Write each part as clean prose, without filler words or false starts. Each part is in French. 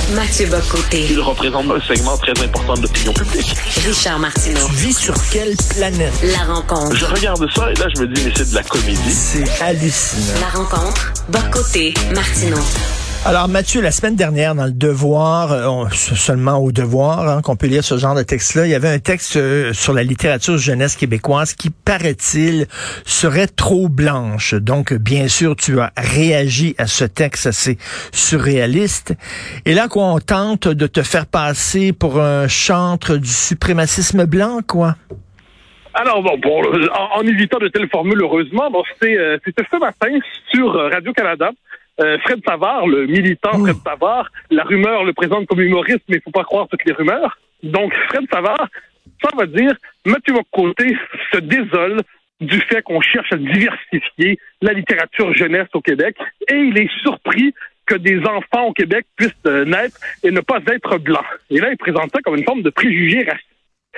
Mathieu Bock-Côté. Il représente un segment très important de l'opinion publique. Richard Martineau. Tu vis sur quelle planète? La rencontre. Je regarde ça et là, je me dis, mais c'est de la comédie. C'est hallucinant. La rencontre. Bock-Côté, Martineau. Alors Mathieu, la semaine dernière, dans le Devoir, seulement au Devoir, qu'on peut lire ce genre de texte-là, il y avait un texte sur la littérature jeunesse québécoise qui, paraît-il, serait trop blanche. Donc, bien sûr, tu as réagi à ce texte assez surréaliste. Et là, quoi, on tente de te faire passer pour un chantre du suprémacisme blanc, quoi. Alors, en évitant de telles formules, heureusement, c'était ce matin sur Radio-Canada. Fred Savard, le militant Fred Savard, la rumeur le présente comme humoriste, mais il faut pas croire toutes les rumeurs. Donc, Fred Savard, ça va dire, Mathieu Bock-Côté se désole du fait qu'on cherche à diversifier la littérature jeunesse au Québec, et il est surpris que des enfants au Québec puissent naître et ne pas être blancs. Et là, il présente ça comme une forme de préjugé raciste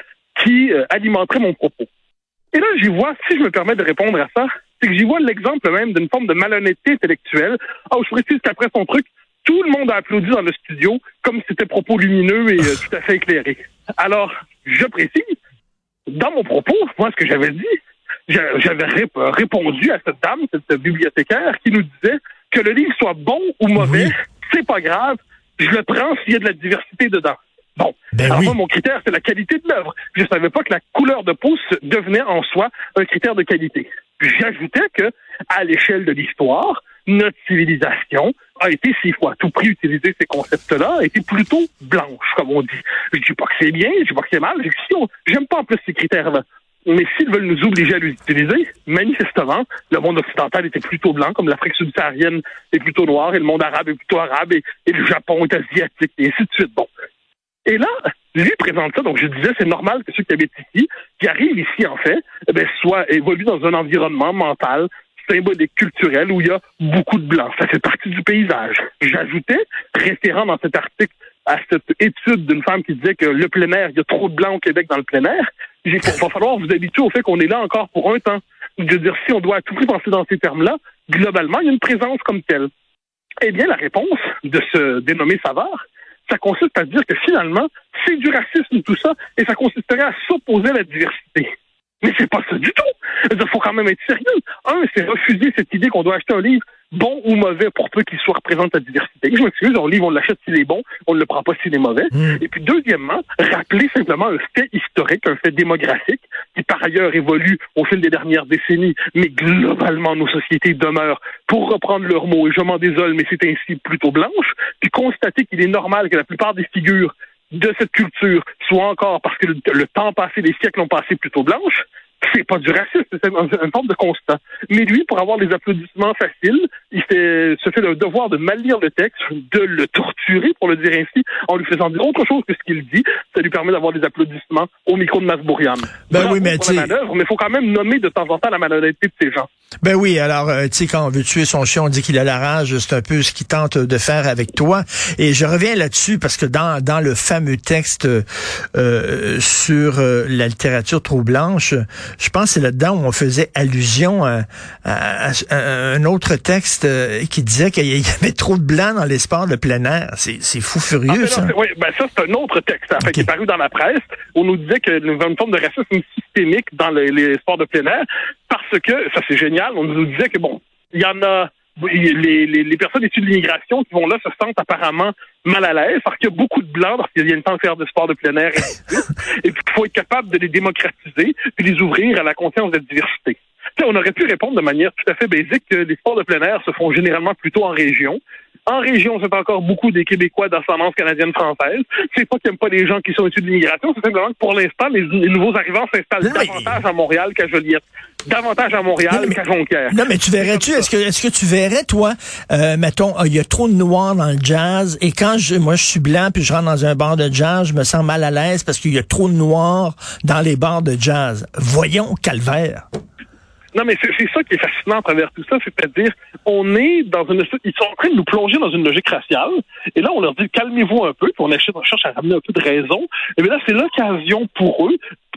qui alimenterait mon propos. Et là, j'y vois, si je me permets de répondre à ça, c'est que j'y vois l'exemple même d'une forme de malhonnêteté intellectuelle. Je précise qu'après son truc, tout le monde a applaudi dans le studio comme si c'était propos lumineux et tout à fait éclairé. Alors, je précise, dans mon propos, moi, ce que j'avais dit, j'avais répondu à cette dame, cette bibliothécaire, qui nous disait que le livre soit bon ou mauvais, c'est pas grave, je le prends s'il y a de la diversité dedans. Bon, moi, mon critère, c'est la qualité de l'œuvre. Je savais pas que la couleur de peau devenait en soi un critère de qualité. J'ajoutais que, à l'échelle de l'histoire, notre civilisation a été, s'il faut à tout prix utiliser ces concepts-là, a été plutôt blanche, comme on dit. Je dis pas que c'est bien, je dis pas que c'est mal, j'aime pas en plus ces critères-là. Mais s'ils veulent nous obliger à les utiliser, manifestement, le monde occidental était plutôt blanc, comme l'Afrique subsaharienne est plutôt noire, et le monde arabe est plutôt arabe, et le Japon est asiatique, et ainsi de suite. Bon. Et là, lui présente ça, donc je disais, c'est normal que ceux qui habitent ici, qui arrivent ici en fait, évoluent dans un environnement mental, symbolique, culturel, où il y a beaucoup de blancs. Ça fait partie du paysage. J'ajoutais, référant dans cet article à cette étude d'une femme qui disait que le plein air, il y a trop de blancs au Québec dans le plein air, il va falloir vous habituer au fait qu'on est là encore pour un temps. Je veux dire, si on doit à tout prix penser dans ces termes-là, globalement, il y a une présence comme telle. Eh bien, la réponse de ce dénommé Savard, ça consiste à dire que finalement, c'est du racisme tout ça, et ça consisterait à s'opposer à la diversité. Mais c'est pas ça du tout. Il faut quand même être sérieux. C'est refuser cette idée qu'on doit acheter un livre bon ou mauvais pour peu qu'il soit représente la diversité. Je m'excuse, un livre, on l'achète s'il est bon, on ne le prend pas s'il est mauvais. Et puis deuxièmement, rappeler simplement un fait historique, un fait démographique, qui par ailleurs évolue au fil des dernières décennies, mais globalement nos sociétés demeurent, pour reprendre leurs mots, et je m'en désole, mais c'est ainsi plutôt blanche, puis constater qu'il est normal que la plupart des figures de cette culture soit encore, parce que le temps passé, les siècles ont passé plutôt blanches, c'est pas du racisme, c'est une forme de constat. Mais lui, pour avoir des applaudissements faciles, il se fait le devoir de mal lire le texte, de le torturer, pour le dire ainsi, en lui faisant dire autre chose que ce qu'il dit. Ça lui permet d'avoir des applaudissements au micro de Masbourian. Oui, mais il faut quand même nommer de temps en temps la malhonnêteté de ces gens. Ben oui, alors, tu sais, quand on veut tuer son chien, on dit qu'il a la rage, c'est un peu ce qu'il tente de faire avec toi. Et je reviens là-dessus parce que dans le fameux texte sur la littérature trop blanche, je pense que c'est là-dedans où on faisait allusion à un autre texte qui disait qu'il y avait trop de blancs dans les sports de plein air. C'est fou furieux, ça. Oui, ça, c'est un autre texte qui est paru dans la presse. On nous disait qu'il y avait une forme de racisme systémique dans les sports de plein air parce que, ça c'est génial, on nous disait que, il y en a... Les personnes issues de l'immigration qui vont là se sentent apparemment mal à l'aise parce qu'il y a beaucoup de blancs parce qu'ils viennent temps de faire du sport de plein air et puis il faut être capable de les démocratiser puis les ouvrir à la conscience de la diversité. On aurait pu répondre de manière tout à fait basique que les sports de plein air se font généralement plutôt en région. En région, c'est encore beaucoup des Québécois d'ascendance canadienne-française. C'est pas qu'il n'y aime pas les gens qui sont issus de l'immigration, c'est simplement que pour l'instant, les nouveaux arrivants s'installent davantage à Montréal qu'à Joliette. Davantage à Montréal qu'à Jonquière. Non, mais tu verrais-tu, est-ce que tu verrais, toi, mettons, il y a trop de noirs dans le jazz, et quand moi je suis blanc puis je rentre dans un bar de jazz, je me sens mal à l'aise parce qu'il y a trop de noirs dans les bars de jazz. Voyons, calvaire. Non, mais c'est ça qui est fascinant à travers tout ça, c'est-à-dire, on est dans ils sont en train de nous plonger dans une logique raciale, et là, on leur dit, calmez-vous un peu, puis on cherche à ramener un peu de raison, et bien là, c'est l'occasion pour eux,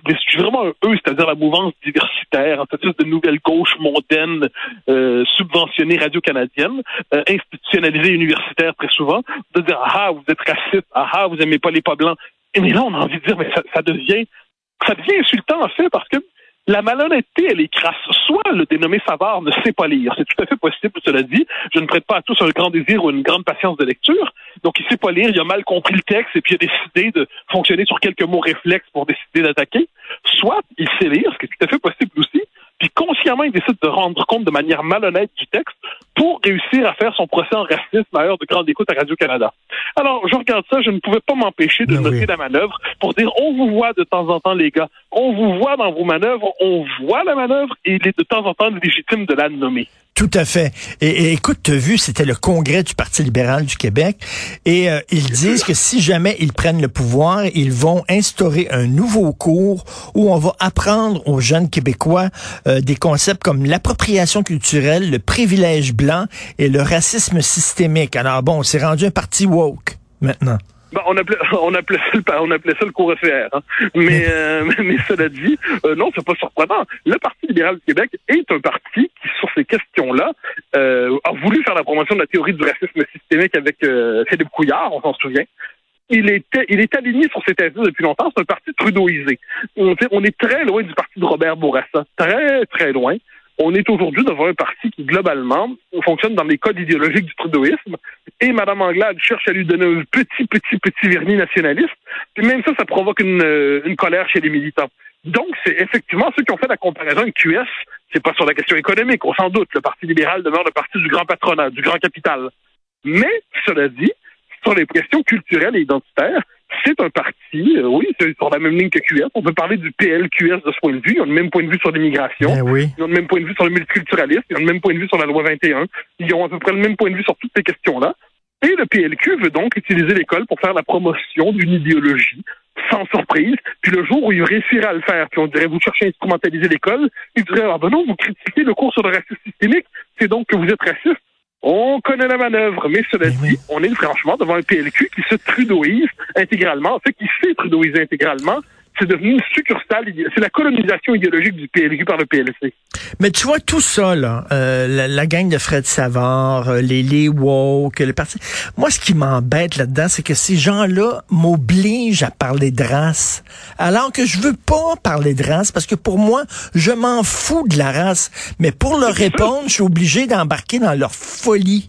je suis vraiment un eux, c'est-à-dire la mouvance diversitaire, cette espèce de nouvelle gauche mondaine, subventionnée radio-canadienne, institutionnalisée universitaire très souvent, de dire vous êtes raciste, vous aimez pas les pas blancs. Mais là, on a envie de dire, mais ça devient insultant en fait, parce que la malhonnêteté, elle est crasse. Soit le dénommé Savard ne sait pas lire. C'est tout à fait possible, cela dit. Je ne prête pas à tous un grand désir ou une grande patience de lecture. Donc, il sait pas lire, il a mal compris le texte et puis il a décidé de fonctionner sur quelques mots réflexes pour décider d'attaquer. Soit il sait lire, ce qui est tout à fait possible aussi, puis consciemment, il décide de rendre compte de manière malhonnête du texte pour réussir à faire son procès en racisme à heure de grande écoute à Radio-Canada. Alors, je regarde ça, je ne pouvais pas m'empêcher de noter la manœuvre pour dire, on vous voit de temps en temps, les gars, on vous voit dans vos manœuvres, on voit la manœuvre et il est de temps en temps légitime de la nommer. Tout à fait. Et écoute, tu as vu, c'était le congrès du Parti libéral du Québec et ils disent que si jamais ils prennent le pouvoir, ils vont instaurer un nouveau cours où on va apprendre aux jeunes Québécois des concepts comme l'appropriation culturelle, le privilège blanc et le racisme systémique. Alors bon, c'est rendu un parti woke maintenant. On appelait ça le cours ECR. Hein. Mais cela dit, non, c'est pas surprenant. Le Parti libéral du Québec est un parti qui, sur ces questions-là, a voulu faire la promotion de la théorie du racisme systémique avec Philippe Couillard, on s'en souvient. Il est aligné sur ces thèses depuis longtemps. C'est un parti trudeauisé. On est très loin du parti de Robert Bourassa. Très, très loin. On est aujourd'hui devant un parti qui, globalement, fonctionne dans les codes idéologiques du trudeauisme. Et Mme Anglade cherche à lui donner un petit vernis nationaliste. Puis même ça provoque une colère chez les militants. Donc, c'est effectivement ceux qui ont fait la comparaison avec QS. C'est pas sur la question économique, on s'en doute. Le Parti libéral demeure le parti du grand patronat, du grand capital. Mais, cela dit, sur les questions culturelles et identitaires, c'est un parti, oui, c'est sur la même ligne que QS. On peut parler du PLQS de ce point de vue. Ils ont le même point de vue sur l'immigration. Oui. Ils ont le même point de vue sur le multiculturalisme. Ils ont le même point de vue sur la loi 21. Ils ont à peu près le même point de vue sur toutes ces questions-là. Et le PLQ veut donc utiliser l'école pour faire la promotion d'une idéologie, sans surprise. Puis le jour où il réussirait à le faire, puis on dirait, vous cherchez à instrumentaliser l'école, il dirait, non, vous critiquez le cours sur le racisme systémique, c'est donc que vous êtes raciste. On connaît la manœuvre, mais cela dit, on est franchement devant un PLQ qui se trudeauise intégralement. En fait, qui s'est trudeauisé intégralement. C'est devenu une succursale, c'est la colonisation idéologique du PLQ par le PLC. Mais tu vois, tout ça, là, la gang de Fred Savard, les woke, le parti... Moi, ce qui m'embête là-dedans, c'est que ces gens-là m'obligent à parler de race, alors que je veux pas parler de race, parce que pour moi, je m'en fous de la race. Mais pour leur répondre, je suis obligé d'embarquer dans leur folie.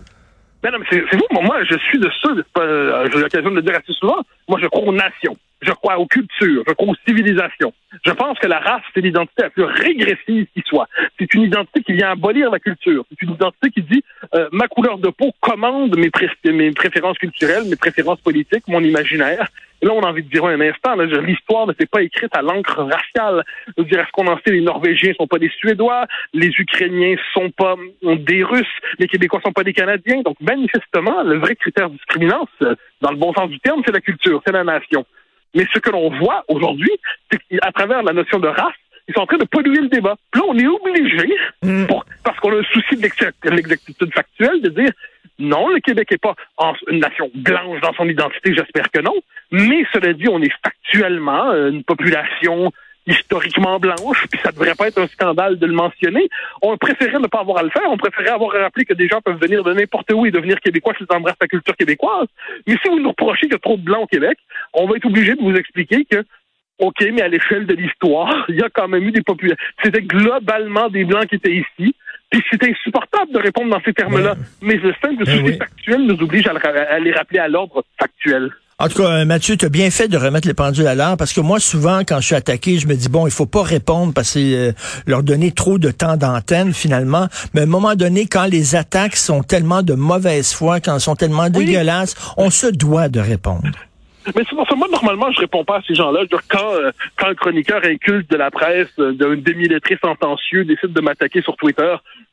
Mais non, mais c'est vous, moi, je suis de ceux, j'ai l'occasion de le dire assez souvent, moi, je crois aux nations. Je crois aux cultures, je crois aux civilisations. Je pense que la race, c'est l'identité la plus régressive qui soit. C'est une identité qui vient abolir la culture. C'est une identité qui dit ma couleur de peau commande mes préférences culturelles, mes préférences politiques, mon imaginaire. Et là, on a envie de dire un instant, l'histoire ne s'est pas écrite à l'encre raciale. Je veux dire, est-ce qu'on en sait, les Norvégiens sont pas des Suédois, les Ukrainiens sont pas des Russes, les Québécois sont pas des Canadiens. Donc, manifestement, le vrai critère discriminant, dans le bon sens du terme, c'est la culture, c'est la nation. Mais ce que l'on voit aujourd'hui, c'est qu'à travers la notion de race, ils sont en train de polluer le débat. Puis là, on est obligé, parce qu'on a un souci de l'exactitude factuelle, de dire non, le Québec n'est pas une nation blanche dans son identité, j'espère que non. Mais cela dit, on est factuellement une population historiquement blanche, puis ça devrait pas être un scandale de le mentionner. On préférait ne pas avoir à le faire, on préférait avoir rappelé que des gens peuvent venir de n'importe où et devenir québécois s'ils embrassent la culture québécoise. Mais si vous nous reprochez qu'il y a trop de blancs au Québec, on va être obligé de vous expliquer que, OK, mais à l'échelle de l'histoire, il y a quand même eu des populations. C'était globalement des blancs qui étaient ici, puis c'était insupportable de répondre dans ces termes-là. Mais le simple souci factuel nous oblige à les rappeler à l'ordre factuel. En tout cas, Mathieu, tu as bien fait de remettre les pendules à l'heure, parce que moi, souvent, quand je suis attaqué, je me dis, bon, il faut pas répondre parce que leur donner trop de temps d'antenne, finalement. Mais à un moment donné, quand les attaques sont tellement de mauvaise foi, quand elles sont tellement dégueulasses, on se doit de répondre. Mais c'est pour ça, moi, normalement, je réponds pas à ces gens-là. Quand un chroniqueur inculte de la presse, d'un demi-lettré sentencieux, décide de m'attaquer sur Twitter,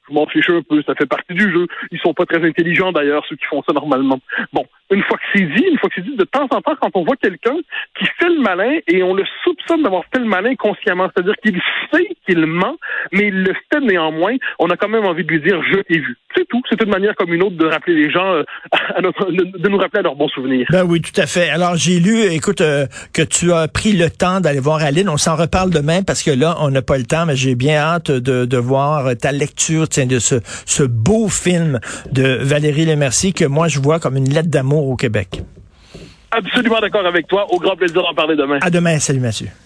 Je m'en fiche un peu, ça fait partie du jeu. Ils sont pas très intelligents d'ailleurs, ceux qui font ça normalement. Bon, une fois que c'est dit, de temps en temps, quand on voit quelqu'un qui fait le malin et on le soupçonne d'avoir fait le malin consciemment, c'est-à-dire qu'il sait qu'il ment, mais il le fait néanmoins, on a quand même envie de lui dire « je t'ai vu ». C'est tout. C'est une manière comme une autre de rappeler les gens, de nous rappeler à leurs bons souvenirs. Ben oui, tout à fait. Alors, j'ai lu, écoute, que tu as pris le temps d'aller voir Aline. On s'en reparle demain parce que là, on n'a pas le temps, mais j'ai bien hâte de voir ta lecture de ce beau film de Valérie Lemercier que moi, je vois comme une lettre d'amour au Québec. Absolument d'accord avec toi. Au grand plaisir d'en parler demain. À demain. Salut, Mathieu.